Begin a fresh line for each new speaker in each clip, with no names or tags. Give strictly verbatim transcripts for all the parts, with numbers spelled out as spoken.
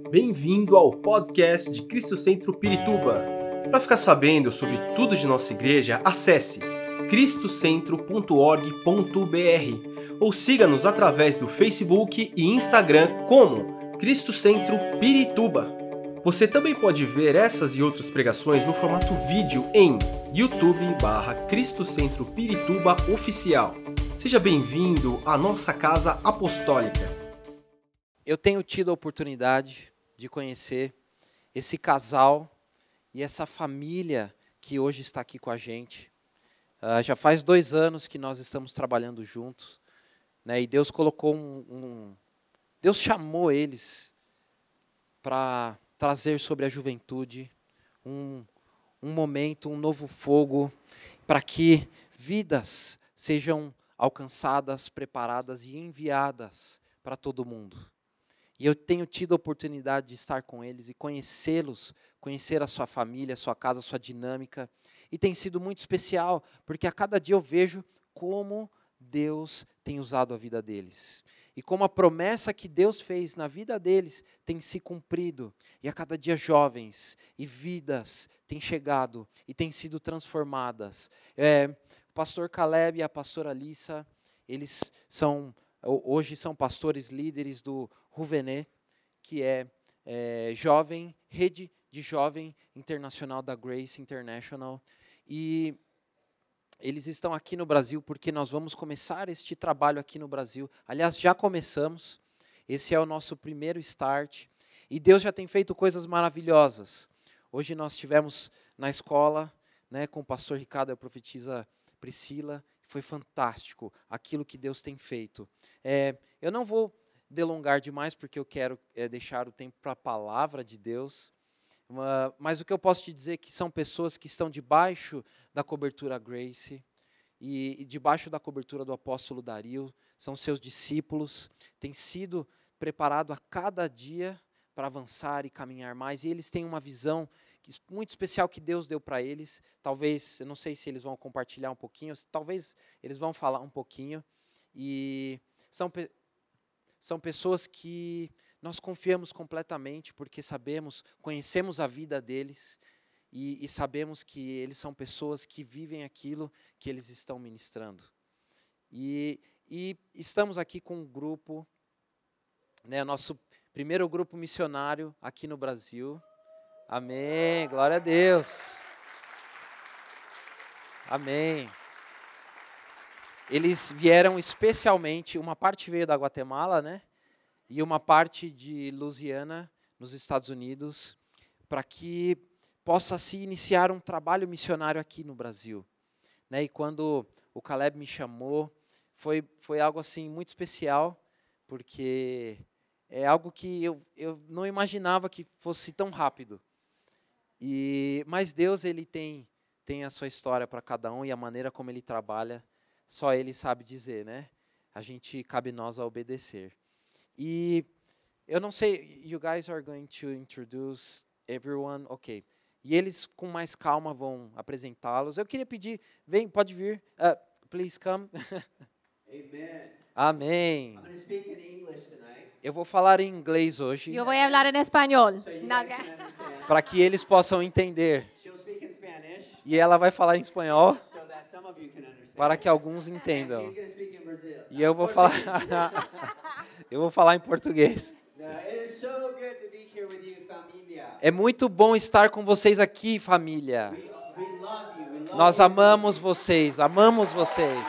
Bem-vindo ao podcast de Cristo Centro Pirituba. Para ficar sabendo sobre tudo de nossa igreja, acesse cristocentro ponto org ponto br ou siga-nos através do Facebook e Instagram como Cristo Centro Pirituba. Você também pode ver essas e outras pregações no formato vídeo em YouTube barra Cristo Centro Pirituba Oficial. Seja bem-vindo à nossa casa apostólica.
Eu tenho tido a oportunidade de conhecer esse casal e essa família que hoje está aqui com a gente. Uh, já faz dois anos que nós estamos trabalhando juntos, né? E Deus colocou um, um Deus chamou eles para trazer sobre a juventude um, um momento, um novo fogo, para que vidas sejam alcançadas, preparadas e enviadas para todo mundo. E eu tenho tido a oportunidade de estar com eles e conhecê-los, conhecer a sua família, a sua casa, a sua dinâmica. E tem sido muito especial, porque a cada dia eu vejo como Deus tem usado a vida deles. E como a promessa que Deus fez na vida deles tem se cumprido. E a cada dia jovens e vidas têm chegado e têm sido transformadas. É, o pastor Caleb e a pastora Alissa, eles são, hoje são pastores líderes do Ruvenet, que é, é jovem, rede de jovem internacional da Grace International. E eles estão aqui no Brasil porque nós vamos começar este trabalho aqui no Brasil. Aliás, já começamos. Esse é o nosso primeiro start. E Deus já tem feito coisas maravilhosas. Hoje nós estivemos na escola, né, com o pastor Ricardo e a profetisa Priscila. Foi fantástico aquilo que Deus tem feito. É, eu não vou delongar demais porque eu quero é, deixar o tempo para a palavra de Deus. Uma, mas o que eu posso te dizer é que são pessoas que estão debaixo da cobertura Grace e, e debaixo da cobertura do apóstolo Dario, são seus discípulos, têm sido preparados a cada dia para avançar e caminhar mais, e eles têm uma visão que, muito especial que Deus deu para eles. Talvez, eu não sei se eles vão compartilhar um pouquinho, talvez eles vão falar um pouquinho, e são, são pessoas que nós confiamos completamente porque sabemos, conhecemos a vida deles e, e sabemos que eles são pessoas que vivem aquilo que eles estão ministrando. E, e estamos aqui com um grupo, né, nosso primeiro grupo missionário aqui no Brasil. Amém, glória a Deus. Amém. Eles vieram especialmente, uma parte veio da Guatemala, né? E uma parte de Louisiana, nos Estados Unidos, para que possa se iniciar um trabalho missionário aqui no Brasil. Né? E quando o Caleb me chamou, foi, foi algo assim muito especial, porque é algo que eu, eu não imaginava que fosse tão rápido. E, mas Deus, ele tem, tem a sua história para cada um e a maneira como ele trabalha, só ele sabe dizer, né? A gente, cabe nós a obedecer. E eu não sei, you guys are going to introduce everyone, ok. E eles com mais calma vão apresentá-los. Eu queria pedir, vem, pode vir, uh, please come.
Amen.
Amém.
I'm going to speak in English tonight.
Eu vou falar em inglês hoje,
Yo voy a hablar en español.
So you
No,
guys can understand.
para que eles possam entender.
She'll speak in Spanish
E ela vai falar em espanhol,
so that some of you can understand.
para que alguns
And
entendam.
he's going to speak in Brazil.
E eu vou falar,
Portuguese.
eu vou falar em português.
No, it is so good to be here with you, família.
É muito bom estar com vocês aqui, família.
We, we love you. We love
Nós
you.
amamos vocês, amamos vocês.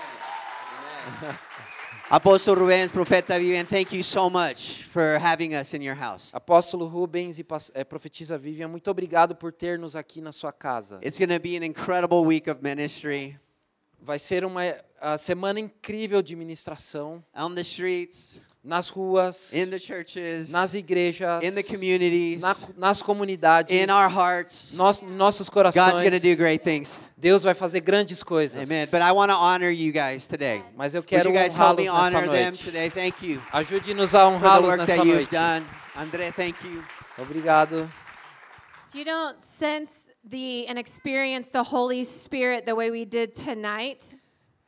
Amen. Apóstolo Rubens, Profeta Vivian, thank you so much for having us in your house.
Apóstolo Rubens e pas- eh, Profetisa Vivian, muito obrigado por ter-nos aqui na sua casa.
It's going to be an incredible week of ministry
Vai ser uma a semana incrível de ministração
on the streets,
nas ruas,
in the churches,
nas igrejas,
in the communities,
na- nas comunidades,
in our hearts.
nos, nossos
God's
corações.
going to do great things.
Deus vai fazer grandes coisas.
Amen. But I want to honor you guys today.
Mas eu
Would
quero
you guys help
honrá-los
me
nessa
honor them
noite.
today? Thank you
Ajude-nos a
for the
honrá-los
work
nessa
that you've
noite.
done. André, thank you.
Obrigado.
You don't sense the and experience the Holy Spirit the way we did tonight.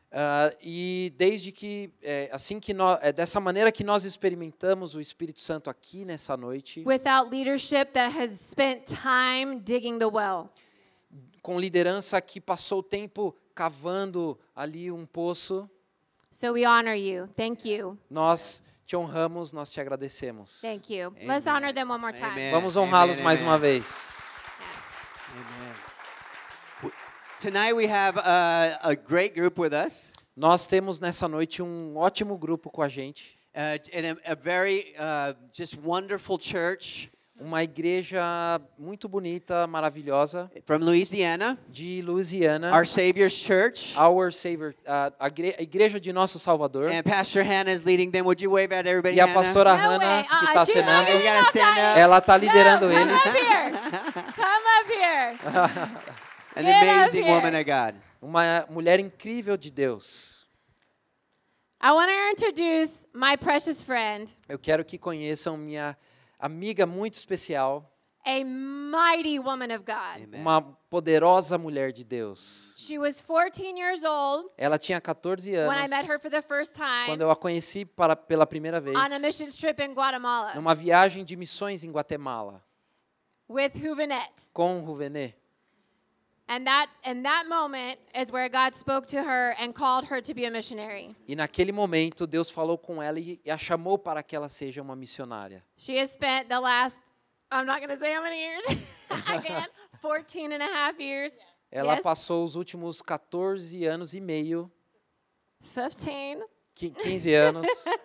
Ah, e desde que, é, assim que nós, é dessa maneira que nós experimentamos o Espírito Santo aqui nessa noite,
without leadership that has spent time digging the well.
com liderança que passou o tempo cavando ali um poço,
So we honor you. Thank you.
nós te honramos, nós te agradecemos.
Thank you. Let's honor them one more time.
Amen.
Vamos honrá-los
Amen,
mais
amen.
uma vez.
Amen. Tonight we have a, a great group with us,
Nós temos nessa noite um ótimo grupo com a gente,
uh, and a, a very uh, just wonderful church
uma igreja muito bonita, maravilhosa,
from Louisiana,
de Louisiana,
our Savior's Church.
Our Savior, a, a igre- a igreja de nosso Salvador,
And Pastor Hannah is leading them. Would you wave at everybody,
e a
Hannah?
pastora
No
Hannah,
way.
que
Uh-uh,
está
she's not
cenando,
You gotta stand up.
ela está liderando
No,
eles.
Come up here. Come up here.
An
Get up
amazing
here.
woman of God.
Uma mulher incrível de Deus.
I want to introduce my precious friend,
Eu quero que conheçam minha amiga muito especial,
a mighty woman of God.
Amen.
uma poderosa mulher de Deus.
She was fourteen years old
Ela tinha catorze
when I
anos
met her for the first time
quando eu a conheci para, pela primeira vez
on a missions trip in Guatemala
numa viagem de missões em Guatemala
with Juvenet.
com Ruvenet.
And that and that moment is where God spoke to her and called her to be a missionary.
E naquele momento Deus falou com ela e e a chamou para que ela seja uma missionária.
She has spent the last, I'm not going to say how many years, I can't, fourteen and a half years.
Ela
Yes?
passou os últimos catorze anos e meio,
fifteen,
qui- quinze anos,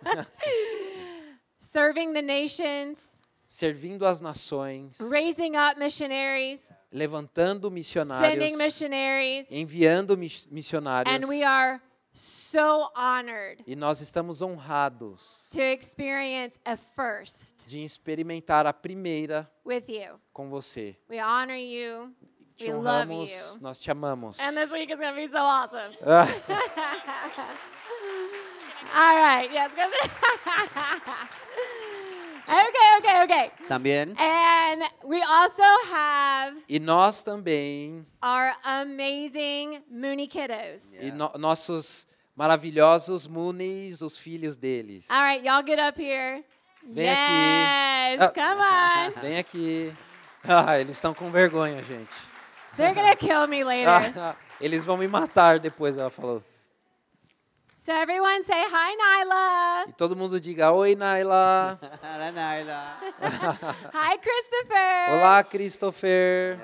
serving the nations,
servindo as nações,
raising up missionaries,
levantando missionários,
sending missionaries,
enviando mis- missionários.
and we are so honored
E nós estamos honrados
to experience a first
de experimentar a primeira
with you.
com você.
We honor you.
Te
We love
honramos,
you.
nós te amamos.
And this week is going to be so awesome.
Ah,
All right. Yes. okay, okay, okay.
También.
And we also have
e nós também,
our amazing Mooney kiddos.
e no- nossos maravilhosos Munis, os filhos deles.
All right, y'all get up here.
Vem aqui.
Yes,
Ah.
come on.
Vem aqui. Ah, eles estão com vergonha, gente.
They're going to kill me later.
Ah, eles vão me matar depois, ela falou.
So everyone say hi, Nyla.
E todo mundo diga, oi, Naila.
Hola, Naila.
Hi, Christopher.
Olá, Christopher.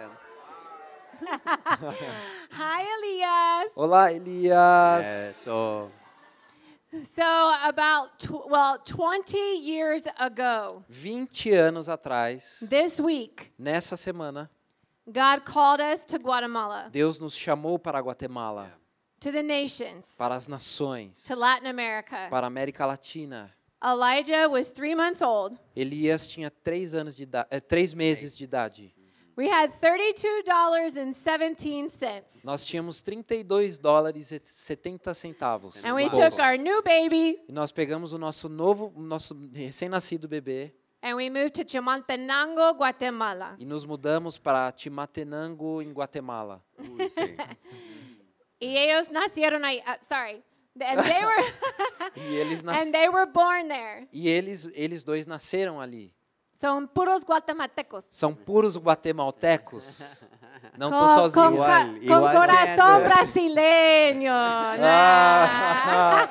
Hi, Elias.
Olá, Elias.
Yeah, so
So about, tw- well, twenty years ago,
vinte anos atrás,
this week,
nessa semana,
God called us to Guatemala,
Deus nos chamou para Guatemala,
to the nations,
para as nações,
to Latin America.
para a América Latina.
Elijah was three months old.
Elias tinha três anos de idade, é, três meses de idade.
We had thirty-two dollars and seventeen cents.
Nós tínhamos trinta e dois dólares e setenta centavos.
And we
no
took
bolso.
our new baby
E nós pegamos o nosso novo, o nosso recém-nascido bebê
and we moved to Chimaltenango, Guatemala.
e nos mudamos para Timatenango, em Guatemala.
uy, sí.
Y ellos nacieron ahí. Uh, sorry. And they were
E eles, nas...
and they were born there.
e eles, eles dois nasceram ali.
Son puros guatemaltecos.
São puros guatemaltecos. Não tô
Con, con,
sozinho.
Igual,
ca- con
igual
corazón
que-
brasileño.
Ah.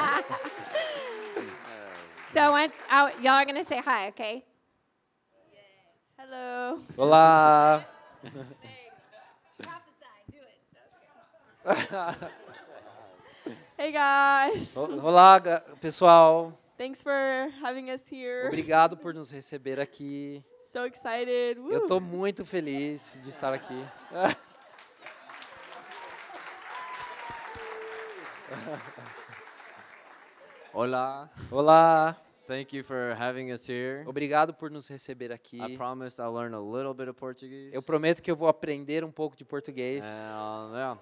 So when, uh, y'all are going to say hi, okay? Hello.
Olá.
Hey guys,
O- Olá, ga- pessoal.
thanks for having us here.
Obrigado por nos receber aqui.
So excited. Woo.
Eu estou muito feliz de estar aqui.
Hola.
Olá.
Thank you for having us here.
Obrigado por nos receber
I
aqui.
promised I'll learn a little bit of Portuguese.
Eu prometo que eu vou aprender um pouco de português.
And, yeah.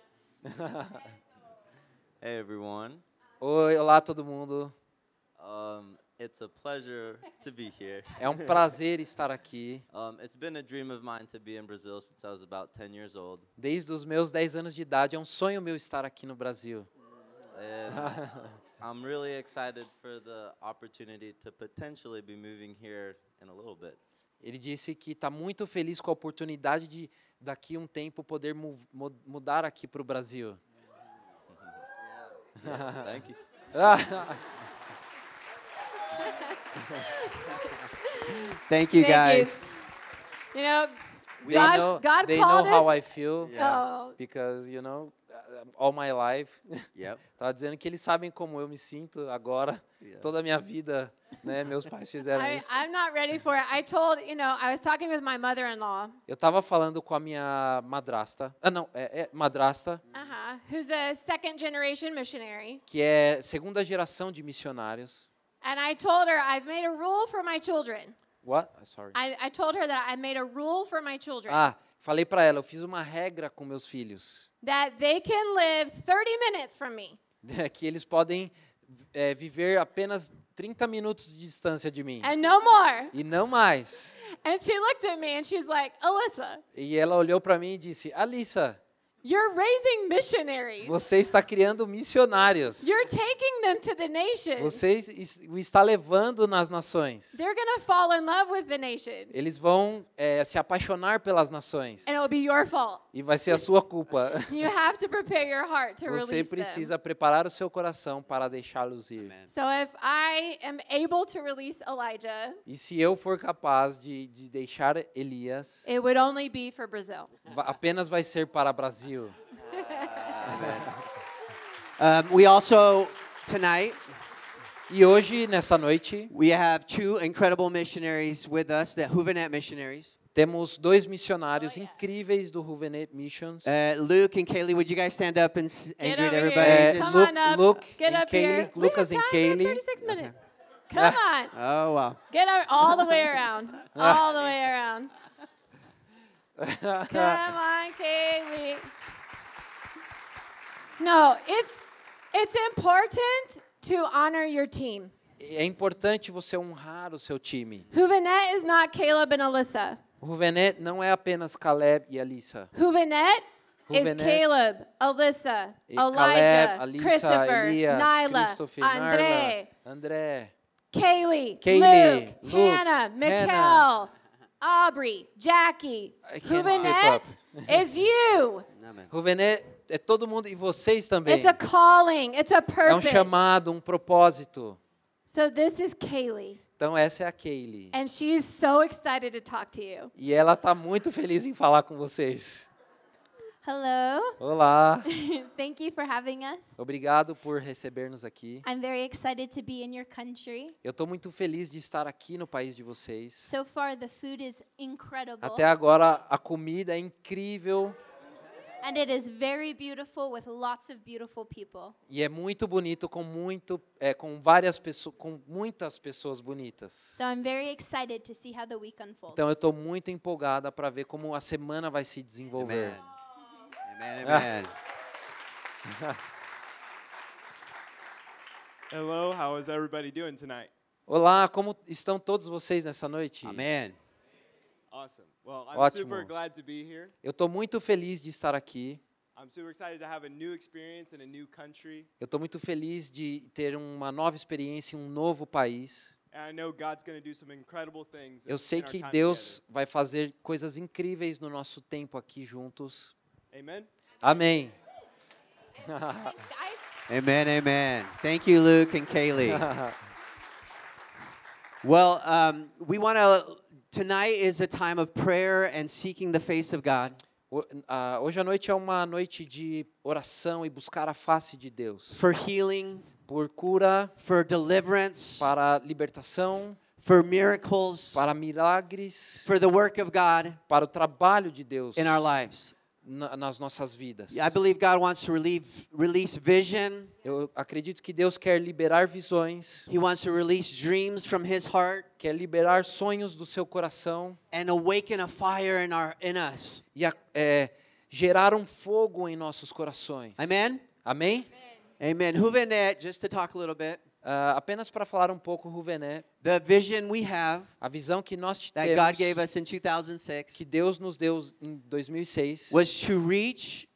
Hey everyone.
Oi, olá todo mundo.
Um, it's a pleasure to be here.
É um prazer estar aqui.
Um, it's been a dream of mine to be in Brazil since I was about ten years old.
Desde os meus dez anos de idade, é um sonho meu estar aqui no Brasil.
and I'm really excited for the opportunity to potentially be moving here in a little bit.
Ele disse que está muito feliz com a oportunidade de, daqui a um tempo, poder mu mu mudar aqui para o Brasil.
Yeah, thank you.
Thank you,
Thank
guys.
You know,
They
God,
know,
God
they
called
know how
us.
I feel,
Oh,
because, you know, all my life.
Yep.
Tava dizendo que eles sabem como eu me sinto agora,
Yeah.
toda a minha vida, né? Meus pais fizeram
I,
isso.
I'm not ready for it. I told, you know, I was talking with my mother-in-law,
Eu estava falando com a minha madrasta, ah não, é, é madrasta,
uh-huh, who's a second-generation missionary,
que é segunda geração de missionários.
and I told her I've made a rule for my children.
What? Sorry.
I, I told her that I made a rule for my children
Ah, falei para ela, eu fiz uma regra com meus filhos,
that they can live thirty minutes from me.
que eles podem é, viver apenas trinta minutos de distância de mim,
And no more.
e não mais.
And she looked at me and she's like, Alyssa,
E ela olhou para mim e disse, Alissa,
you're raising missionaries.
você está criando missionários.
You're taking them to the nations.
Você es- o está levando nas nações.
They're going to fall in love with the nations.
Eles vão é, se apaixonar pelas nações.
And it will be your fault.
E vai ser a sua culpa.
You have to prepare your heart to
Você
release them.
precisa preparar o seu coração para deixá-los ir.
So if I am able to release Elijah,
E se eu for capaz de, de deixar Elias,
it would only be for Brazil.
va- apenas vai ser para o Brasil.
Um, we also, tonight,
E hoje, nessa noite,
we have two incredible missionaries with us, the Huvenet missionaries.
temos dois missionários incríveis do Ruvenet Missions.
Uh, Luke and Kaylee, would you guys stand up and, s- and
Get
greet
over
everybody?
here.
Just-
Come
Luke-
on up.
Luke
Get
and
up here.
Kaylee,
We have
Lucas and
time. We have
Kaylee.
thirty-six minutes. Come on.
Oh, wow.
Get up all the way around. All the way around. Come on, Kaylee. No, it's it's important to honor your team.
É importante você honrar o seu time.
Huvenet is not Caleb and Alyssa.
O Ruvenet não é apenas Caleb e Alissa.
Huvenet is
Ruvenet
Caleb, Alyssa,
E
Elijah,
Caleb, Alissa,
Christopher,
Elias,
Nyla,
Christopher,
André,
Narla, André,
Kaylee,
Kaylee,
Luke,
Luke,
Hannah, Mikkel,
Hannah.
Aubrey, Jackie.
I can't
Huvenet
keep
is you.
Amen.
Ruvenet é todo mundo e vocês também.
It's a calling. It's a
É um
purpose.
chamado, um propósito.
So this is Kaylee,
Então essa é a Kaylee.
and she's so excited to talk to you.
E ela está muito feliz em falar com vocês.
Hello.
Olá,
Thank you for having us.
obrigado por receber-nos aqui.
I'm very excited to be in your country.
Eu estou muito feliz de estar aqui no país de vocês.
So far, the food is incredible.
Até agora a comida é incrível
And it is very beautiful with lots of beautiful people.
e é muito bonito com muito, é, com várias pessoas, com muitas pessoas bonitas.
So I'm very excited to see how the week unfolds.
Então eu estou muito empolgada para ver como a semana vai se desenvolver.
Amen. Amen. Amen.
Hello, how is everybody doing tonight?
Olá, como estão todos vocês nessa noite?
Amen.
Awesome. Well, I'm
Ótimo.
super glad to be here.
Eu estou muito feliz de estar aqui.
I'm super excited to have a new experience in a new country.
Eu estou muito feliz de ter uma nova experiência em um novo país.
And I know God's going to do some incredible things
Eu
in,
sei
in our
que
time
Deus vai fazer coisas incríveis no nosso tempo aqui juntos.
together. Amen.
Amém.
Thanks, guys.
Amen. Amen. Thank you, Luke and Kaylee. Well, um, we want to, tonight is a time of prayer and seeking the face of God.
Ho- ah, Hoje à noite é uma noite de oração e buscar a face de Deus.
For healing,
Por cura,
for deliverance,
para libertação,
for miracles,
para milagres,
for the work of God
para o trabalho de Deus
in our lives.
na- nas nossas vidas.
I believe God wants to relieve, release vision.
Eu acredito que Deus quer liberar visões,
He wants to release dreams from His heart
quer liberar sonhos do seu coração
and awaken a fire in our in us.
e a- é, gerar um fogo em nossos corações.
Amen.
Amém?
Amen. Huvenet, just to talk a little bit.
Ah, apenas para falar um pouco, Ruvené,
The vision we have
a visão que nós
that God
temos,
gave us in two thousand six
que Deus nos deu em dois mil e seis,
was to reach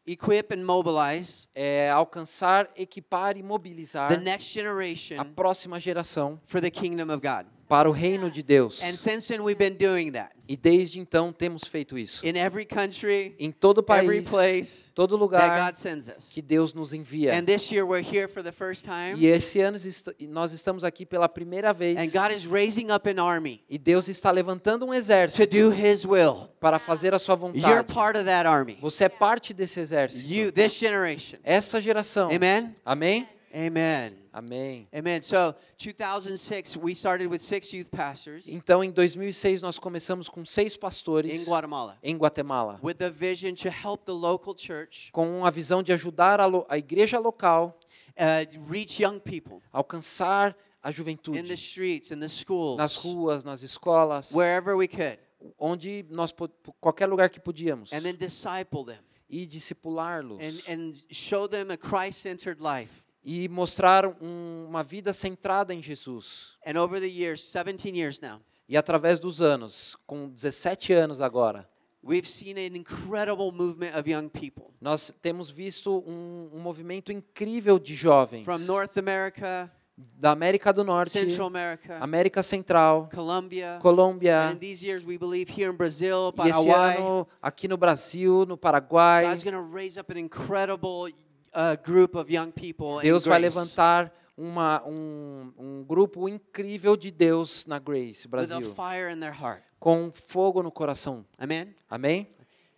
equip and mobilize
é alcançar, equipar e mobilizar
the next
a
generation
próxima geração
for the kingdom of God.
para o reino de Deus.
And since then, we've been doing that
E desde então temos feito isso.
in every country,
Em todo
every
país,
place
todo
that
lugar
God sends us.
que Deus nos envia.
And this year, we're here for the first time.
E esse ano est- nós estamos aqui pela primeira vez.
And God is raising up an army
E Deus está levantando um
to
exército
do His will.
para fazer a sua
You're
vontade.
part of that army.
Você é parte desse exército.
You, this generation.
Essa geração.
Amen?
Amém?
Amen.
Amém.
Amen. So, two thousand six, we started with six youth pastors
Então, em dois mil e seis, nós começamos com seis pastores
in Guatemala
em Guatemala,
with the vision to help the local church
com a visão de ajudar a, lo- a igreja local
uh, reach young people
a alcançar a
in the
juventude
streets, in the schools,
nas ruas, nas escolas,
wherever we could,
onde nós po- qualquer lugar que podíamos,
and then disciple them
e discipulá-los
and, and show them a Christ-centered life.
e mostrar um- uma vida centrada em Jesus.
And over the years, seventeen years now,
E através dos anos, com dezessete anos agora,
we've seen an incredible movement of young people
nós temos visto um, um movimento incrível de jovens
from North America,
da América do Norte,
Central America,
América Central,
Colombia,
Colômbia,
and in these years we believe here in Brazil,
e esse
Paraguay,
ano aqui no Brasil, no Paraguai,
God's going to raise up an incredible uh, group of young people in
Deus vai
Grace
levantar uma, um, um grupo incrível de Deus na Grace,
with a
Brasil,
fire in their heart.
com fogo no coração.
Amen?
Amém?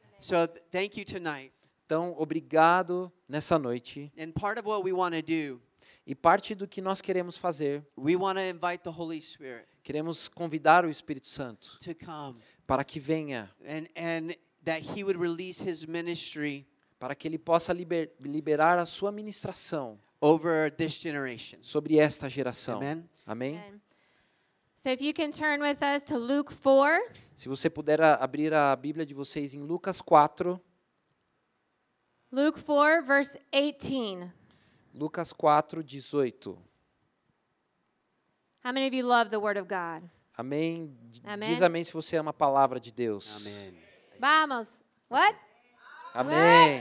So th- thank you tonight.
Então, obrigado nessa noite.
And part of what we want to do,
E parte do que nós queremos fazer,
we want to invite the Holy Spirit
queremos convidar o Espírito Santo
to come
para que venha,
and, and that he would release his ministry
para que ele possa liber, liberar a sua ministração
over this generation.
sobre esta geração.
Amen?
Amém?
Amen. So if you can turn with us to Luke four.
Se você puder a- abrir a Bíblia de vocês em Lucas quatro,
Luke four, verse eighteen.
Lucas quatro, dezoito.
How many of you love the Word of God?
Amém? D-
Amém.
Diz amém se você ama a palavra de Deus.
Amen.
Vamos. What?
Amém.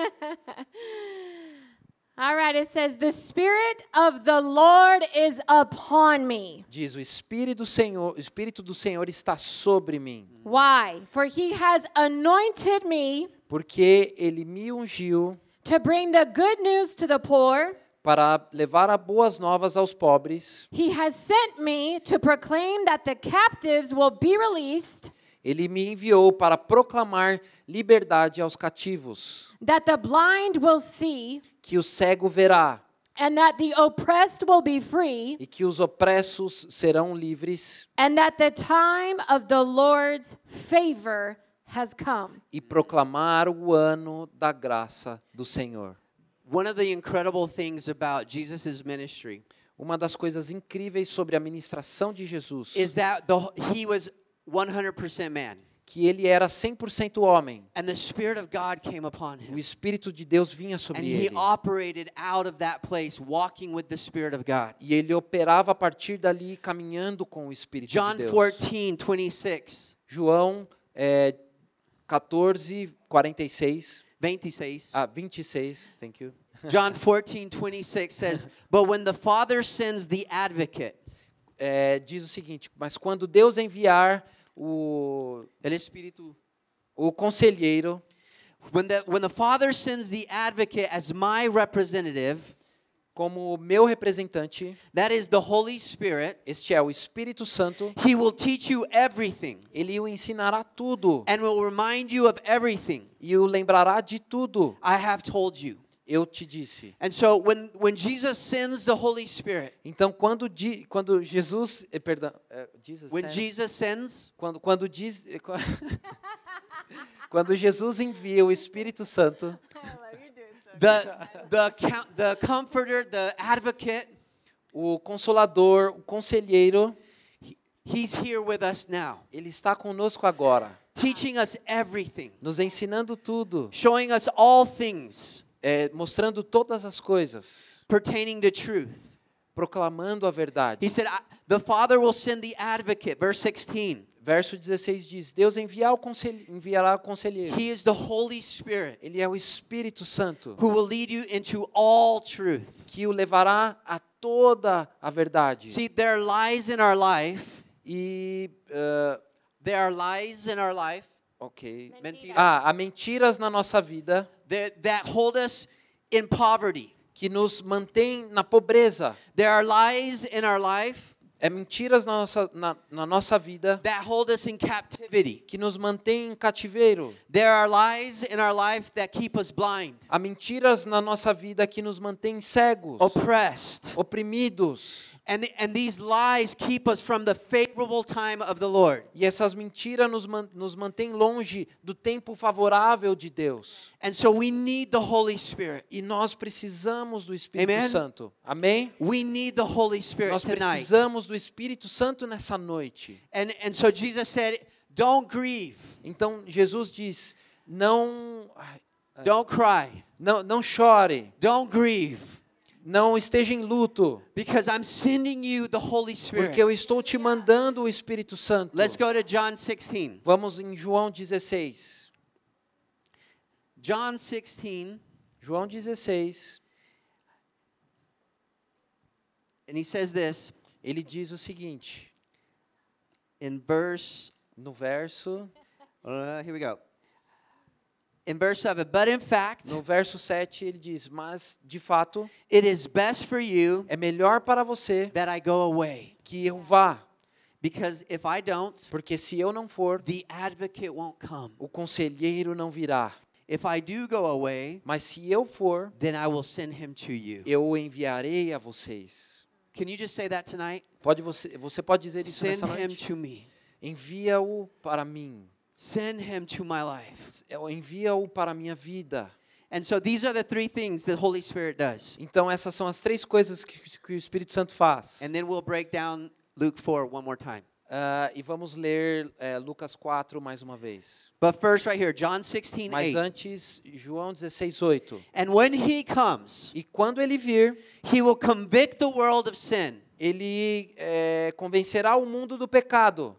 All right, it says, the Spirit of the Lord is upon me.
Diz o Espírito do Senhor, o Espírito do Senhor está sobre mim,
Why? For he has anointed me
porque ele me ungiu
to bring the good news to the poor.
para levar a boas novas aos pobres.
He has sent me to proclaim that the captives will be released,
Ele me enviou para proclamar liberdade aos cativos,
that the blind will see,
que o cego verá
and that the oppressed will be free,
e que os opressos serão livres,
and that the time of the Lord's favor has come.
e proclamar o ano da graça do Senhor.
One of the incredible things about Jesus' ministry
Uma das coisas incríveis sobre a ministração de Jesus
is that the, he was one hundred percent man.
que ele era cem por cento homem.
And the Spirit of God came upon
O
him.
Espírito de Deus vinha sobre
And he
ele.
operated out of that place, walking with the Spirit of God.
E ele operava a partir dali, caminhando com o Espírito
John
de Deus.
fourteen twenty-six.
João é, quatorze, quarenta e seis.
twenty-six.
Ah, vinte e seis, thank you.
John fourteen twenty-six says, "But when the Father sends the advocate,"
É, diz o seguinte, mas quando Deus enviar o,
El Espíritu,
o conselheiro,
when the when the Father sends the advocate as my representative,
como meu representante,
that is the Holy Spirit,
este é o Espírito Santo,
he will teach you everything
ele o ensinará tudo
and will remind you of everything
e o lembrará de tudo.
I have told you.
Eu te disse.
And so when when Jesus sends the Holy Spirit,
Então quando di, quando Jesus, eh, perdão, eh, Jesus,
when
sent-
Jesus sends,
quando quando diz eh, qua- quando Jesus envia o Espírito Santo,
the the count, the comforter, the advocate,
o consolador, o conselheiro,
he's here with us now,
ele está conosco agora,
teaching us everything,
nos ensinando tudo,
showing us all things
eh, mostrando todas as coisas
pertaining to truth.
proclamando a verdade.
He said, I, the Father will send the advocate, verse sixteen.
Verso dezesseis diz: Deus enviará o, consel... enviará o conselheiro.
He is the Holy Spirit
Ele é o Espírito Santo
who will lead you into all truth.
que o levará a toda a verdade.
See, there are lies in our life.
E uh,
There are lies in our life
ok.
Mentiras.
Ah, há mentiras na nossa vida
that, that hold us in poverty.
que nos mantém na pobreza.
There are lies in our life
É mentiras na nossa, na, na nossa vida
that hold us in captivity.
que nos mantém em cativeiro.
There are lies in our life that keep us blind,
Há mentiras na nossa vida que nos mantêm cegos,
oppressed.
oprimidos.
And, the, and these lies keep us from the favorable time of the Lord.
E essas mentiras nos, man, nos mantêm longe do tempo favorável de Deus.
And so we need the Holy Spirit.
E nós precisamos do Espírito
Amen?
Santo. Amém?
We need the Holy Spirit
Nós
tonight.
precisamos do Espírito Santo nessa noite.
And, and so Jesus said, don't grieve,
Então Jesus diz: não, ai,
don't cry,
não, não chore,
don't grieve,
não esteja em luto,
because I'm sending you the Holy Spirit.
porque eu estou te mandando o Espírito Santo.
Let's go to John sixteen.
Vamos em João dezesseis.
John sixteen,
João dezesseis,
and he says this
ele diz o seguinte,
in verse,
no verso,
uh, here we go. In verse seven, but in fact,
no verso sete ele diz: mas de fato
it is best for you
é melhor para você
that I go away.
que eu vá,
Because if I don't,
porque se eu não for,
the advocate won't come.
o conselheiro não virá.
If I do go away,
Mas se eu for,
then I will send him to you.
eu o enviarei a vocês.
Can you just say that tonight?
Pode você, você pode dizer isso
Send
nessa
him
noite?
to me.
Envia-o para mim.
Send him to my life.
Envia-o para a minha vida.
And so these are the three things that Holy Spirit does.
Então essas são as três coisas que, que o Espírito Santo faz.
And then we'll break down Luke four one more time.
Uh, e vamos ler eh, Lucas quatro mais uma vez.
But first right here, John sixteen
Mas
eight.
antes, João dezesseis, oito.
And when he comes,
E quando ele vir,
he will convict the world of sin.
ele eh, convencerá o mundo do pecado.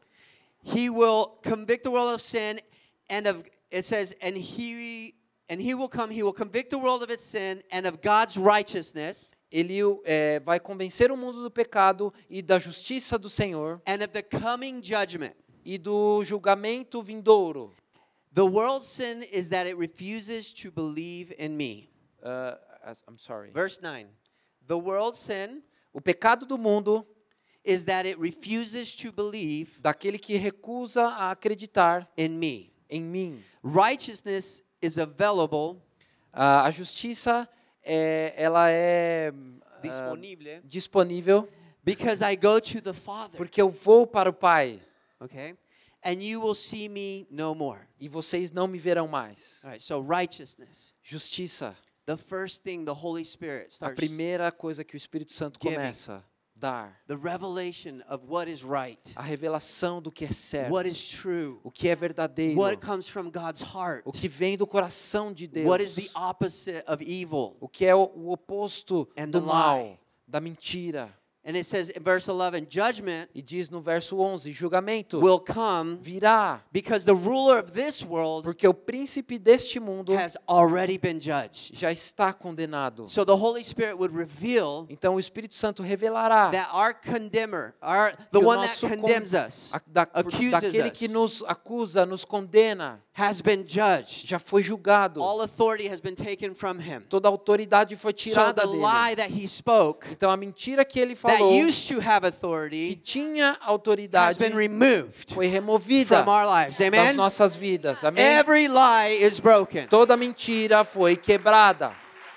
He will convict the world of sin and of, it says, and he and he will come, he will convict the world of its sin and of God's righteousness
Ele eh, vai convencer o mundo do pecado e da justiça do Senhor
and of the coming judgment.
e do julgamento vindouro.
The world's sin is that it refuses to believe in me.
Uh, as- I'm sorry.
Verse nine. The world's sin
O pecado do mundo,
is that it refuses to believe
daquele que recusa a acreditar
in me.
em mim.
Righteousness is available,
Ah, a justiça, é, ela é ah,
disponible,
disponível
because I go to the Father.
porque eu vou para o Pai
Okay? And you will see me no more.
e vocês não me verão mais.
All right, so righteousness.
Justiça,
The first thing the Holy Spirit
a
starts,
primeira coisa que o Espírito Santo
Giving.
começa a dar.
the revelation of what is right,
A revelação do que é certo,
what is true,
o que é verdadeiro,
what comes from God's heart,
o que vem do coração de Deus,
what is the opposite of evil.
o que é o, o oposto
And
do
the
mal,
lie.
da mentira.
And it says in verse eleven, judgment
E diz no verso onze, julgamento
will come
virá,
because the ruler of this world
porque o príncipe deste mundo
has already been judged.
já está condenado.
So the Holy Spirit would reveal
Então o Espírito Santo revelará
that our condemner, our
que
the
o
one that
nosso con-
condemns us,
a- da- por-
accuses
daquele
us,
que nos acusa, nos condena,
has been judged.
já foi julgado.
All authority has been taken from him.
Toda a autoridade foi
So
tirada
the lie
dele.
that he spoke,
Então a mentira que ele
that
falou,
used to have
que
authority,
tinha
has
autoridade,
been removed
foi removida
from our lives.
das
Amen?
nossas vidas. Amém?
Every lie is broken.
Toda mentira foi quebrada.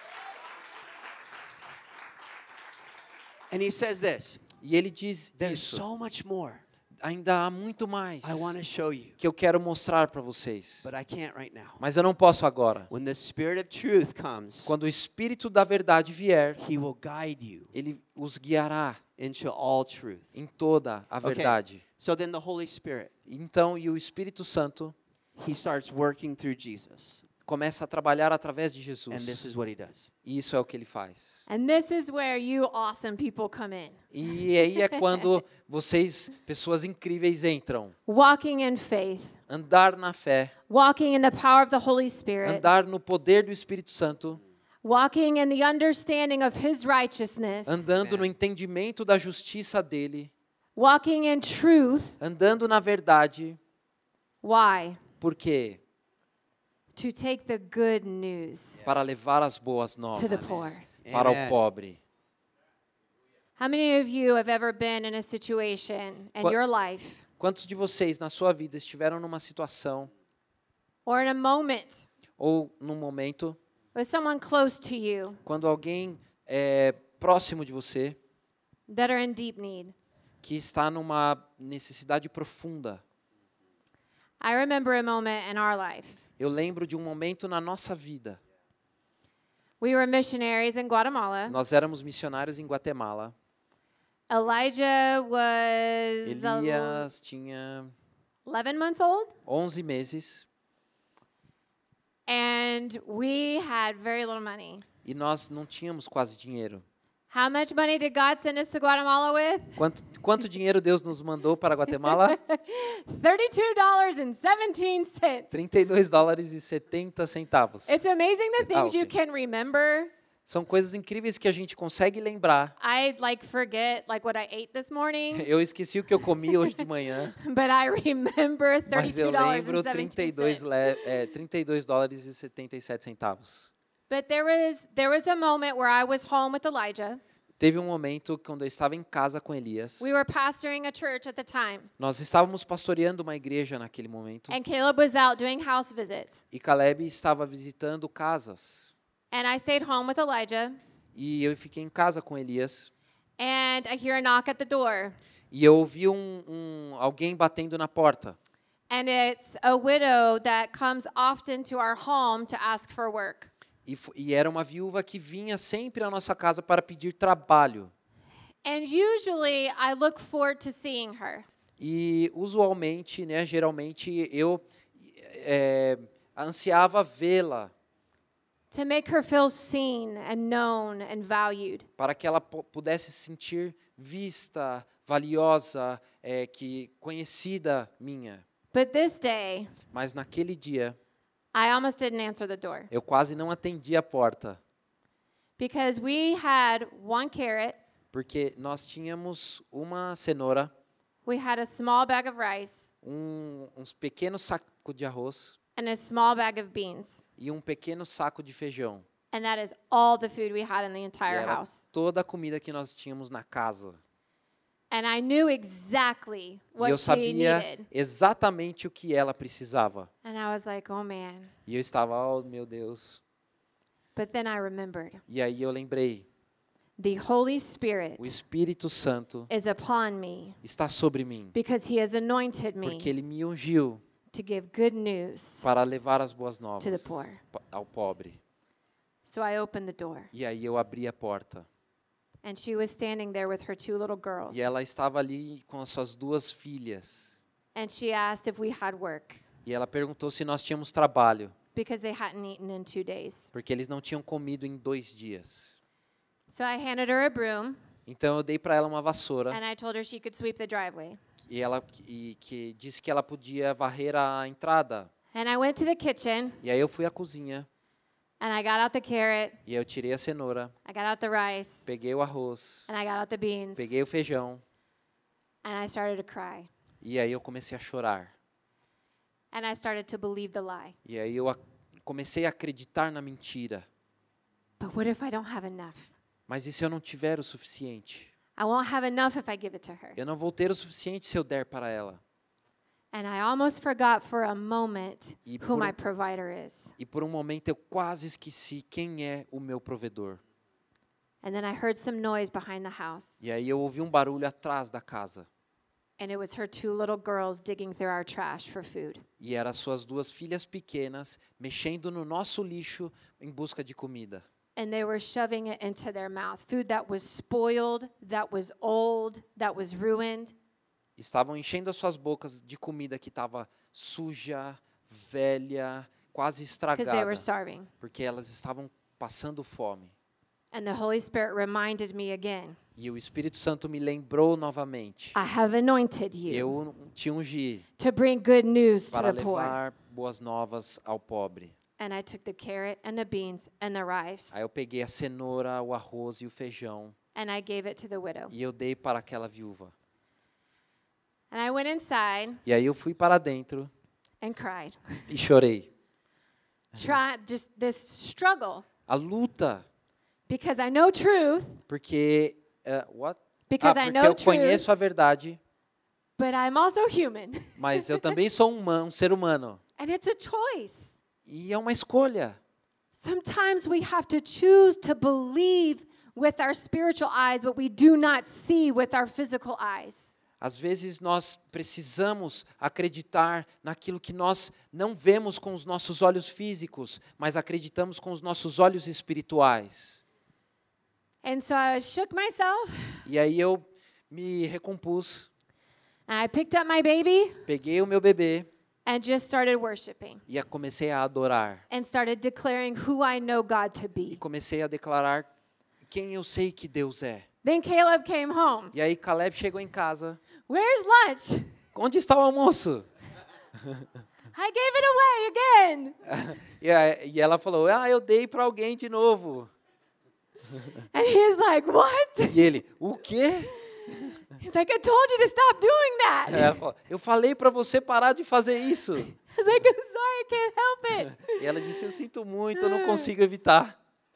And he says this,
E ele diz
there's
isso.
so much more
Ainda há muito mais
I want to show you,
que eu quero mostrar para vocês.
but I can't right now.
Mas eu não posso agora.
When the Spirit of truth comes,
Quando o Espírito da verdade vier,
he will guide you
ele os guiará
into all truth.
em toda a
Okay.
verdade.
So then the Holy Spirit,
Então, e o Espírito Santo
he starts working through Jesus.
começa a trabalhar através de Jesus.
And this is what he does.
E isso é o que ele faz.
And this is where you awesome people come in.
E aí é quando vocês, pessoas incríveis, entram.
Walking in faith,
Andar na fé,
walking in the power of the Holy Spirit,
andar no poder do Espírito Santo,
walking in the understanding of his righteousness,
andando no entendimento da justiça dele,
walking in truth.
andando na verdade.
Why?
Por quê?
To take the good news
Para levar as boas novas
to the poor.
para
Amen.
o pobre.
How many of you have ever been in a situation in
Qua-
your life
Quantos de vocês na sua vida estiveram numa situação
or in a moment
ou num momento
with someone close to you
quando alguém é próximo de você
that are in deep need?
que está numa necessidade profunda?
I remember a moment in our life.
Eu lembro de um momento na nossa vida.
We were missionaries in Guatemala.
Nós éramos missionários em Guatemala.
Elijah was el-
Elias tinha
eleven months old,
onze meses
and we had very little money.
e nós não tínhamos quase dinheiro.
How much money did God send us to Guatemala with?
Quanto, quanto dinheiro Deus nos mandou para Guatemala?
thirty-two dollars and seventeen cents.
trinta e dois dólares e setenta centavos.
It's amazing the things
Ah,
you
okay.
can remember.
São coisas incríveis que a gente consegue lembrar.
I like forget like what I ate this morning,
Eu esqueci o que eu comi hoje de manhã,
but I remember
mas eu
thirty-two dollars
lembro
and
trinta e
seventeen
dois,
cents.
le, é, trinta e dois dólares e setenta e sete centavos.
But there was there was a moment where I was home with Elijah.
Teve um momento quando eu estava em casa com Elias.
We were pastoring a church at the time,
Nós estávamos pastoreando uma igreja naquele momento.
and Caleb was out doing house visits.
E Caleb estava visitando casas.
And I stayed home with Elijah,
E eu fiquei em casa com Elias.
and I hear a knock at the door.
E eu ouvi um, um, alguém batendo na porta.
And it's a widow that comes often to our home to ask for work.
E, fo- e era uma viúva que vinha sempre à nossa casa para pedir trabalho.
And usually I look forward to seeing her.
E usualmente, né, geralmente, eu é, ansiava vê-la
To make her feel seen and known and valued.
para que ela pu- pudesse se sentir vista, valiosa, é, que conhecida minha.
But this day,
Mas naquele dia,
I almost didn't answer the door
eu quase não atendi a porta,
because we had one carrot,
porque nós tínhamos uma cenoura,
we had a small bag of rice,
um, uns pequenos sacos de arroz
and a small bag of beans.
e um pequeno saco de feijão.
And that is all the food we had in the
E
entire
era
house.
toda a comida que nós tínhamos na casa.
And I knew exactly
E eu
what she
sabia
needed.
exatamente o que ela precisava.
And I was like, oh man.
E eu estava, oh meu Deus.
But then I remembered
E aí eu lembrei,
the Holy Spirit
o Espírito Santo
is upon me
está sobre mim,
because he has anointed me
porque ele me ungiu
to give good news.
para levar as boas novas
To the poor.
pa- ao pobre.
So I opened the door,
E aí eu abri a porta.
and she was standing there with her two little girls.
E ela estava ali com as suas duas filhas.
And she asked if we had work
E ela perguntou se nós tínhamos trabalho,
because they hadn't eaten in two days.
porque eles não tinham comido em dois dias.
So I handed her a broom,
Então eu dei para ela uma vassoura
and I told her she could sweep the driveway.
e ela e que disse que ela podia varrer a entrada.
And I went to the kitchen,
E aí eu fui à cozinha
and I got out the carrot,
e eu tirei a cenoura,
I got out the rice,
peguei o arroz,
and I got out the beans,
peguei o feijão
and I started to cry.
e aí eu comecei a chorar.
And I started to believe the lie.
E aí eu a- comecei a acreditar na mentira.
But what if I don't have enough?
Mas e se eu não tiver o suficiente?
I won't have enough if I give it to her.
Eu não vou ter o suficiente se eu der para ela.
And I almost forgot for a moment
E
who
por
my
um-
provider is.
E por um momento eu quase esqueci quem é o meu provedor.
And then I heard some noise behind the house.
E aí eu ouvi um barulho atrás da casa.
And it was her two little girls digging through our trash for food.
E eram suas duas filhas pequenas mexendo no nosso lixo em busca de comida.
And they were shoving it into their mouth. Food that was spoiled, that was old, that was ruined.
Estavam enchendo as suas bocas de comida que estava suja, velha, quase
because they were
estragada,
starving.
porque elas estavam passando fome.
And the Holy Spirit reminded me again,
E o Espírito Santo me lembrou novamente.
I have anointed you
Eu te ungi
to bring good news to
para
the poor.
levar boas novas ao pobre.
And I took the carrot and the beans and the rice,
Aí eu peguei a cenoura, o arroz e o feijão
and I gave it to the widow.
e eu dei para aquela viúva.
And I went inside
E aí eu fui para dentro
and cried.
e chorei.
Try just this struggle
A luta,
because I know truth,
porque uh, what?
because
ah,
I
porque
know
eu conheço
truth,
a verdade,
but I'm also human.
mas eu também sou um, humano, um ser humano.
And it's a choice.
E é uma escolha.
Sometimes we have to choose to believe with our spiritual eyes what we do not see with our physical eyes.
Às vezes nós precisamos acreditar naquilo que nós não vemos com os nossos olhos físicos, mas acreditamos com os nossos olhos espirituais.
And so I shook myself,
E aí eu me recompus,
and I picked up my baby
peguei o meu bebê
and just started worshiping
e a- comecei a adorar.
and started declaring who I know God to
E
be.
comecei a declarar quem eu sei que Deus é.
Then Caleb came home.
E aí Caleb chegou em casa.
Where's lunch?
Onde está o almoço?
I gave it away again.
E, a- e ela falou, ah, eu dei para alguém de novo.
And he's like, what?
E ele, o quê?
He's like, I told you to stop doing that.
Ela falou, eu falei para você parar de fazer isso.
I was like, I'm sorry, I can't help it.
E ela disse, eu sinto muito, eu não consigo evitar.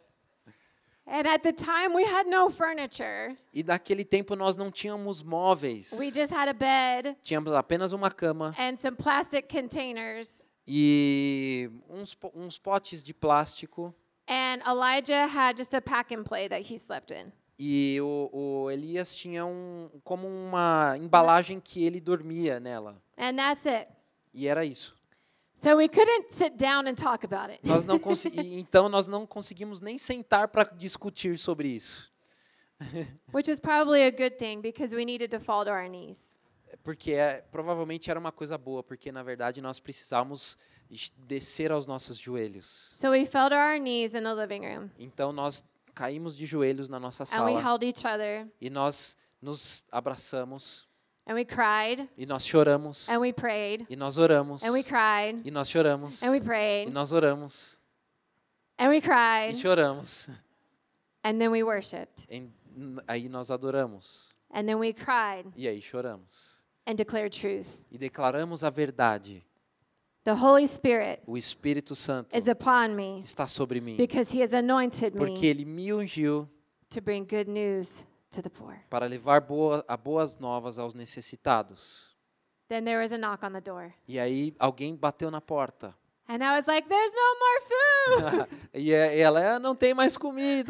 And at the time, we had no furniture.
E naquele tempo nós não tínhamos móveis.
We just had a bed
Tínhamos apenas uma cama
and some plastic containers.
e uns, po- uns potes de plástico.
And Elijah had just a pack and play that he slept in.
E o, o Elias tinha um, como uma embalagem que ele dormia nela.
And that's it.
E era isso.
So we couldn't sit down and talk about it.
Nós não consi- e- então nós não conseguimos nem sentar para discutir sobre isso.
Which is probably a good thing because we needed to fall to our knees.
Porque é, provavelmente era uma coisa boa, porque na verdade nós precisávamos es- descer aos nossos joelhos.
So we fell to our knees in the living room.
Então nós caímos de joelhos na nossa
And we
sala
held each other.
e nós nos abraçamos
And we cried.
e nós choramos
And we prayed.
e nós oramos
And we cried.
e nós choramos
And we
e
prayed.
nós oramos
And we
e
cried.
choramos.
And then we worshiped.
Em- n- Aí nós adoramos
And then we cried
e aí choramos
and declared truth.
e declaramos a verdade.
The Holy Spirit
O Espírito Santo
is upon me
está sobre mim
because he has anointed
porque
me
ele me ungiu
to bring good news to the poor.
para levar boa, a boas novas aos necessitados.
Then there was a knock on the door.
E aí alguém bateu na porta.
And I was like, there's no more food.
E é- ela, "Ah, não tem mais comida."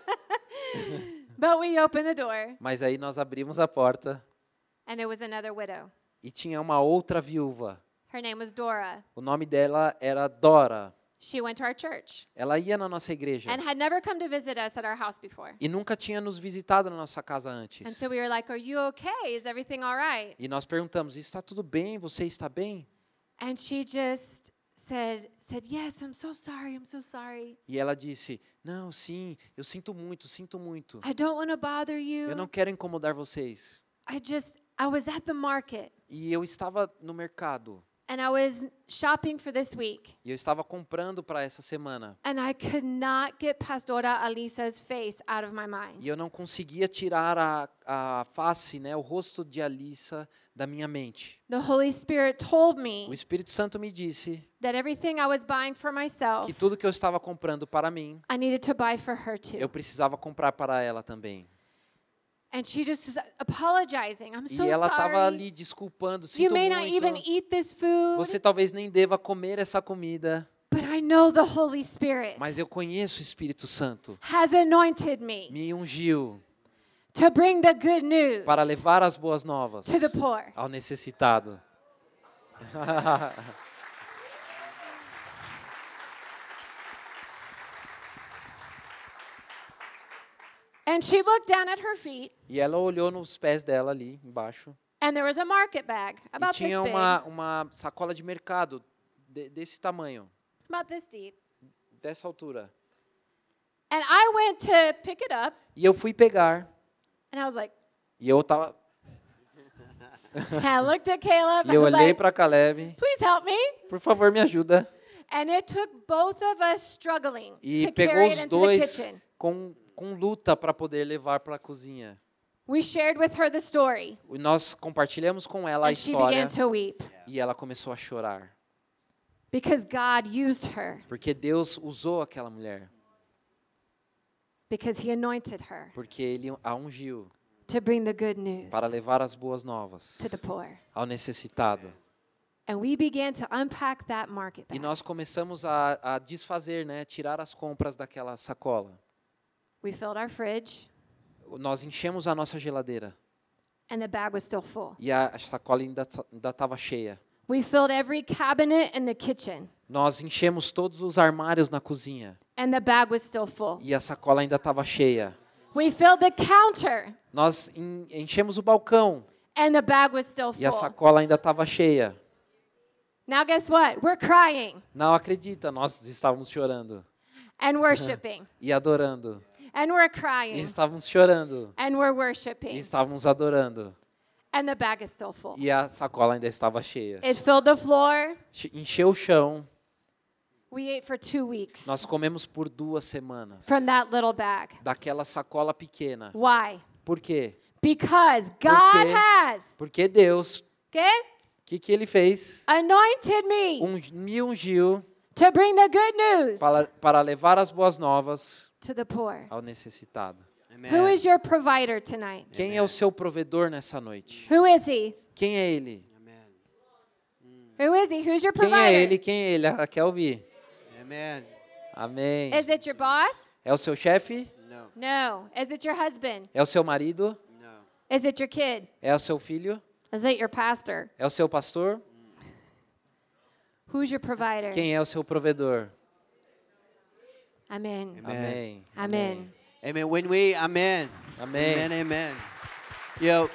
But we opened the door
Mas aí nós abrimos a porta
and it was another widow.
e tinha uma outra viúva.
Her name was Dora.
O nome dela era Dora.
She went to our church
Ela ia na nossa igreja
and had never come to visit us at our house before.
e nunca tinha nos visitado na nossa casa
And
antes.
so we were like, are you okay? Is everything all right?
E nós perguntamos, está tudo bem? Você está bem?
And she just said, said, yes, I'm so sorry. I'm so sorry.
E ela disse, não, sim, eu sinto muito, sinto muito.
I don't want to bother
Eu não
you.
quero incomodar vocês.
I just, I was at the market
E eu estava no mercado
and I was shopping for this week.
e eu estava comprando para essa semana.
And I could not get Pastora Alisa's face out of my
E
mind.
eu não conseguia tirar a, a face, né, o rosto de Alissa da minha mente.
The Holy Spirit told me
O Espírito Santo me disse
that everything I was buying for myself,
que tudo que eu estava comprando para mim,
I needed to buy for her
eu
too.
precisava comprar para ela também.
And she just was apologizing. I'm so
E ela estava
sorry.
ali desculpando,
You
sinto
may not even
muito.
eat this food,
Você talvez nem deva comer essa comida,
but I know the Holy Spirit
mas eu conheço o Espírito Santo.
has anointed me
Me ungiu
to bring the good news
para levar as boas novas
to the poor.
ao necessitado.
And she looked down at her feet,
E ela olhou nos pés dela ali embaixo
and there was a market bag
e
about this
tinha
big.
uma, uma sacola de mercado de- desse tamanho.
about this deep.
dessa altura.
And I went to pick it up,
E eu fui pegar,
and I was like,
e eu tava,
and I looked at Caleb,
e
and I
eu
was
olhei
like,
para Caleb,
please help me.
por favor, me ajuda.
And it took both of us struggling
E
to
pegou
carry it
os
into the
dois
kitchen.
com, com luta para poder levar para a cozinha.
We shared with her the story,
E nós compartilhamos com ela a
and she
história
began to weep
e ela começou a chorar.
because God used her,
Porque Deus usou aquela mulher.
because He anointed her
Porque Ele a ungiu
to bring the good news
para levar as boas novas
to the poor.
ao necessitado.
And we began to unpack that market
E
bag.
nós começamos a, a desfazer, né, tirar as compras daquela sacola.
We filled our fridge,
Nós enchemos a nossa geladeira
and the bag was still full.
e a, a sacola ainda estava cheia.
We filled every cabinet in the kitchen,
Nós enchemos todos os armários na cozinha
and the bag was still full.
e a sacola ainda estava cheia.
We filled the counter,
Nós en- enchemos o balcão
and the bag was still
e a
full.
sacola ainda estava cheia.
Now guess what? We're crying
Não acredita, nós estávamos chorando
and worshiping,
e adorando.
and we're
E
crying
estávamos chorando
and we're
e
worshiping,
estávamos adorando.
and the bag is still full.
E a sacola ainda estava cheia.
It filled the floor.
Che- Encheu o chão.
We ate for two weeks
Nós comemos por duas semanas
from that little bag.
daquela sacola pequena.
Why?
Por quê?
Because God
quê?
has,
Porque Deus,
okay,
o que, que Ele fez?
anointed me
Um, me ungiu
to bring the good news
para, para levar as boas novas
to the poor.
ao necessitado.
Who is your provider tonight?
Quem é o seu provedor nessa noite?
Who is He?
Quem é Ele?
Who is He? Who's your
Quem é
provider?
Ele? Quem é Ele? Ela quer ouvir.
Amen.
Amém.
Is it your boss?
É o seu chefe?
No,
No. Is it your husband?
É o seu marido?
no.
Is it your kid?
É o seu filho?
Is it your pastor?
É o seu pastor?
Who's your provider?
Quem é o seu provedor?
Amen.
Amém.
Amen.
Amen. When we, amen.
Amém.
Amen, amen. You know,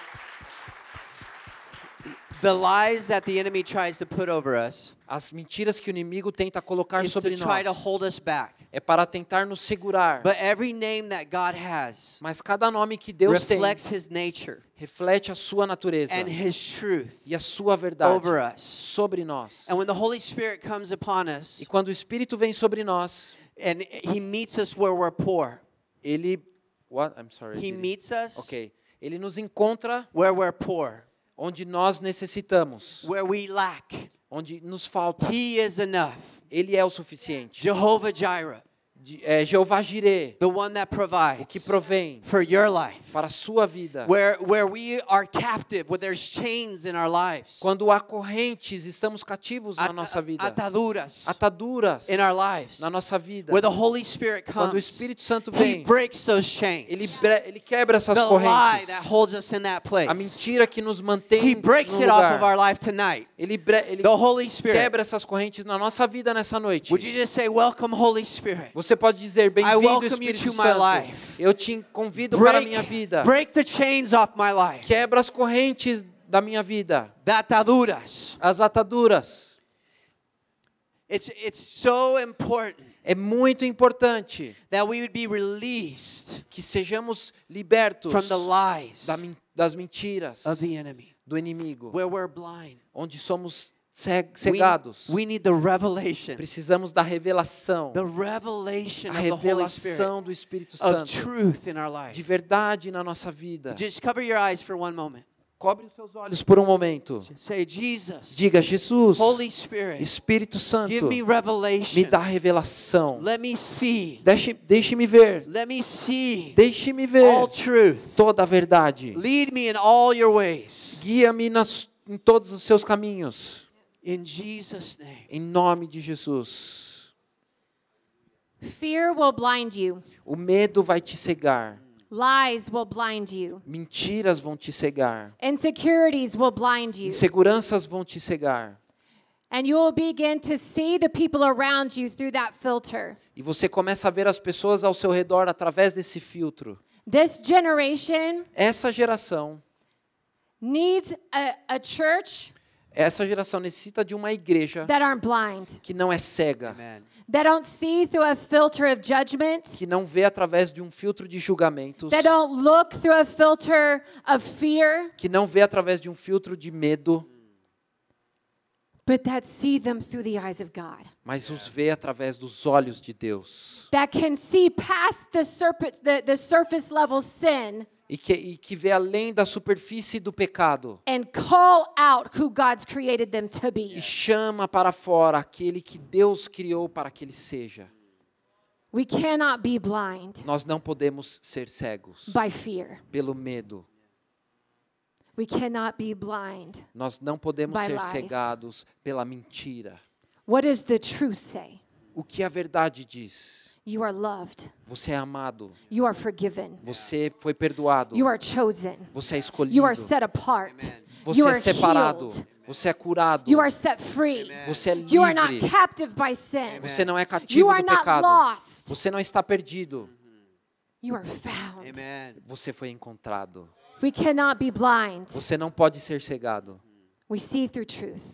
the lies that the enemy tries to put over us
As mentiras que o inimigo tenta colocar
is to
sobre
try to
nós
hold us back.
é para tentar nos segurar.
But every name that God has
Mas cada nome que Deus tem
reflects His nature
reflete a sua natureza
and His truth
e a sua verdade
over us.
sobre nós.
And when the Holy Spirit comes upon us
E quando o Espírito vem sobre nós,
and He meets us where we're poor,
ele What? I'm sorry.
He
ele-
meets us
OK. Ele nos encontra
where we're poor,
onde nós necessitamos,
where we lack.
onde nos falta.
He is enough.
Ele é o suficiente.
Jehovah Jireh,
De- é Jeová Jireh,
the one that
o que
provides
provém
for your life.
para a sua vida.
Where, where we are captive, where there's chains in our lives.
Quando há correntes, estamos cativos na
At-
nossa vida.
Ataduras
Ataduras
in our lives.
na nossa vida.
Where the Holy Spirit
Quando o
comes,
Espírito Santo
He
vem,
breaks those
ele,
chains.
bre- ele quebra essas
The lie
correntes.
that holds us in that
A
place.
mentira que nos mantém
He breaks
no
it off of our
lugar.
life tonight.
Ele, bre- ele
The Holy Spirit.
quebra essas correntes na nossa vida nessa noite.
Would you just say, welcome, Holy Spirit?
Você pode dizer, bem-vindo,
welcome you
Espírito
to my
Santo.
life.
Eu te convido para a minha vida.
break the chains off my life.
Quebra as correntes da minha vida.
The ataduras.
As ataduras.
It's, it's so important
É muito importante
that we would be released
que sejamos libertos
from the lies
da men- das mentiras
of the enemy,
do inimigo,
where we're blind.
onde somos ce-
We,
cegados.
we need the revelation,
Precisamos da revelação,
the revelation
a
of the Holy Spirit,
revelação do Espírito
of
Santo,
truth in our life.
de verdade na nossa vida.
Just cover your eyes for one moment.
Cobre os seus olhos por um momento.
Say, Jesus,
Diga, Jesus,
Holy Spirit,
Espírito Santo,
give me revelation.
me dá revelação.
Let me see.
Deixe, deixe-me ver.
Let me see
Deixe-me ver
all truth.
toda a verdade.
Lead me in all your ways.
Guia-me nas- em todos os seus caminhos.
In Jesus' name.
Em nome de Jesus.
Fear will blind you.
O medo vai te cegar.
Lies will blind you.
Mentiras vão te cegar.
Insecurities will blind you.
Inseguranças vão te cegar.
And you will begin to see the people around you through that filter.
E você começa a ver as pessoas ao seu redor através desse filtro.
This generation
Essa geração
needs a, a church
Essa geração necessita de uma igreja
that aren't blind,
que não é cega,
Amen.
that don't see through a filter of judgment,
que não vê através de um filtro de julgamentos,
that don't look through a filter of fear,
que não vê através de um filtro de medo,
but that see them through the eyes of God.
mas os vê através dos olhos de Deus.
That can see past the, surface, the, the surface level sin
E que, e que vê além da superfície do pecado
and call out who God's created them to
e
be.
chama para fora aquele que Deus criou para que ele seja.
We cannot be blind
Nós não podemos ser cegos
by fear.
pelo medo.
We cannot be blind.
Nós não podemos
By
ser
lies.
cegados pela mentira.
What does the truth say?
O que a verdade diz?
You are loved.
Você é amado.
You are forgiven.
Você foi perdoado.
You are chosen.
Você é escolhido.
You are set apart.
Você
You
é
are
separado.
healed.
Você é curado.
You are set free.
Você é
You are not
livre.
captive by sin.
Você não é
You
cativo
are
do
not
pecado.
lost.
Você não está perdido.
You are found.
Amen.
Você foi encontrado.
We cannot be blind.
Você não pode ser cegado
We see through truth.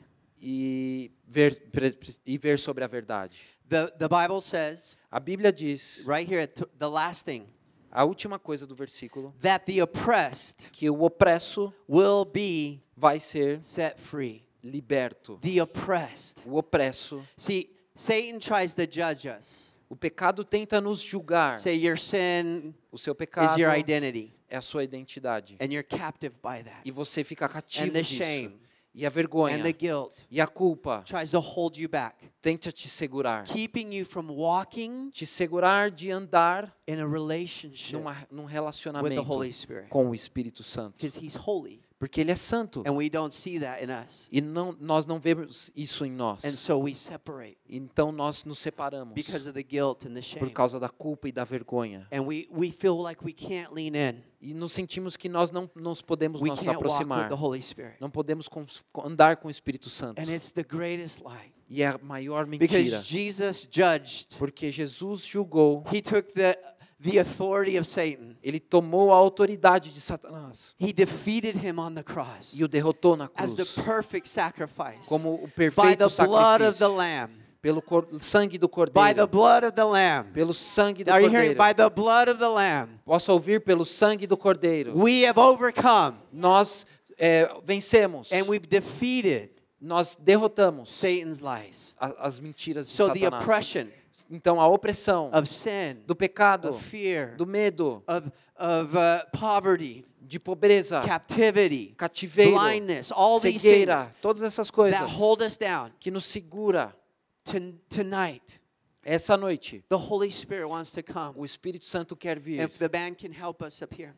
e ver, pre- e ver sobre a verdade.
The, the Bible says,
A Bíblia diz,
right here, at t- the last thing,
a última coisa do versículo,
that the oppressed
que o opresso
will be
vai ser
set free.
liberto.
The oppressed.
O opresso.
See, Satan tries to judge us.
O pecado tenta nos julgar.
Say your sin
O seu
is
pecado
your identity,
é a sua identidade.
and you're captive by that.
E você fica cativo
And the
disso.
shame.
E a vergonha.
And the guilt
E a culpa
tries to hold you back,
tenta te segurar.
keeping you from walking
Te segurar de andar
in a relationship
numa, num
with the
relacionamento
Holy Spirit.
com o Espírito Santo.
Because He's holy,
Porque Ele é santo.
and we don't see that in us.
E não, nós não vemos isso em nós.
And so we separate
Então nós nos separamos
because of the guilt and the
por
shame.
causa da culpa e da vergonha.
And we, we feel like we can't lean in.
E nos sentimos que nós não nos podemos
We
nos
can't walk with
aproximar.
the Holy Spirit.
Não podemos com- andar com o Espírito Santo.
And it's the greatest lie.
E é a maior mentira.
Because Jesus judged.
Porque Jesus julgou,
He took the, the authority of Satan.
Ele tomou a autoridade de Satanás
He defeated him on the cross
e o derrotou na
as
cruz
the perfect sacrifice
como o
by
perfeito
the blood of the
sacrifício
Lamb.
pelo cor- sangue do
By the
Cordeiro,
blood of the Lamb.
pelo sangue do
Are you hearing?
Cordeiro.
By the blood of the Lamb.
Posso ouvir pelo sangue do Cordeiro.
We have overcome
Nós é, vencemos,
and we've defeated
nós derrotamos
Satan's lies.
a- as mentiras de
So the
Satanás.
oppression
Então a opressão
of sin,
do pecado,
of fear,
do medo,
of, of uh, poverty,
de pobreza,
captivity,
cativeiro,
blindness, all these
cegueira,
things
todas essas coisas
that hold us down.
que nos segura.
To, tonight,
Essa noite,
the Holy Spirit wants to come.
o Espírito Santo quer vir.
If the band can help us up here.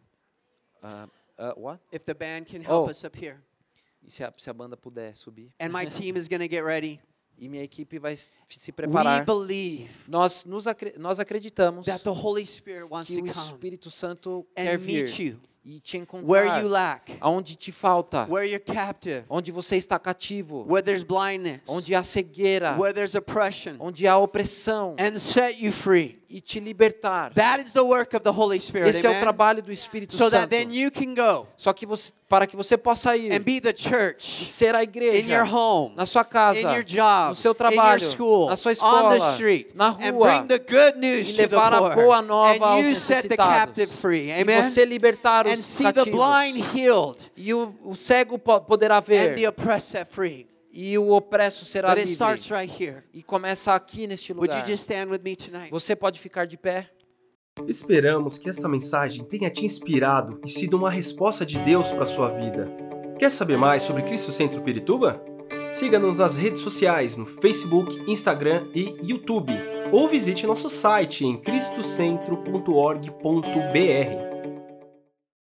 Uh, uh, what?
If the band can help
Oh.
us up here.
E se a, se a banda puder subir.
And my team is going to get ready.
E minha equipe vai s- se
We
preparar.
believe
Nós, nos acre- nós acreditamos
that the Holy Spirit wants
que
to
o
come
Espírito Santo quer
and
vir
meet you
e te
where
encontrar
you lack,
aonde te falta,
where you're captive,
onde você está cativo,
where there's blindness,
onde há cegueira,
where there's oppression,
onde há opressão
and set you free.
e te libertar.
That is the work of the Holy Spirit.
Esse é o
Amen?
trabalho do Espírito
So that
Santo.
then you can go
Só que você, para que você possa ir
and be the
e
church
ser a
in
igreja
your home,
na sua casa,
in your job,
no seu
in your
trabalho,
school,
na sua
on the
escola,
street,
na
and
rua,
bring the good news
e
to the
levar a
poor.
boa nova
And
aos
you set the captive
necessitados.
free.
E
Amen?
você libertar
And
os
see the blind
cativos.
healed
E o, o cego po- poderá ver.
and the oppressed set free.
E o opresso será
But it starts
livre.
right here.
E começa aqui neste
Would you
lugar.
just stand with me tonight?
Você pode ficar de pé?
Esperamos que esta mensagem tenha te inspirado e sido uma resposta de Deus para a sua vida. Quer saber mais sobre Cristo Centro Pirituba? Siga-nos nas redes sociais no Facebook, Instagram e YouTube. Ou visite nosso site em cristocentro ponto org ponto br.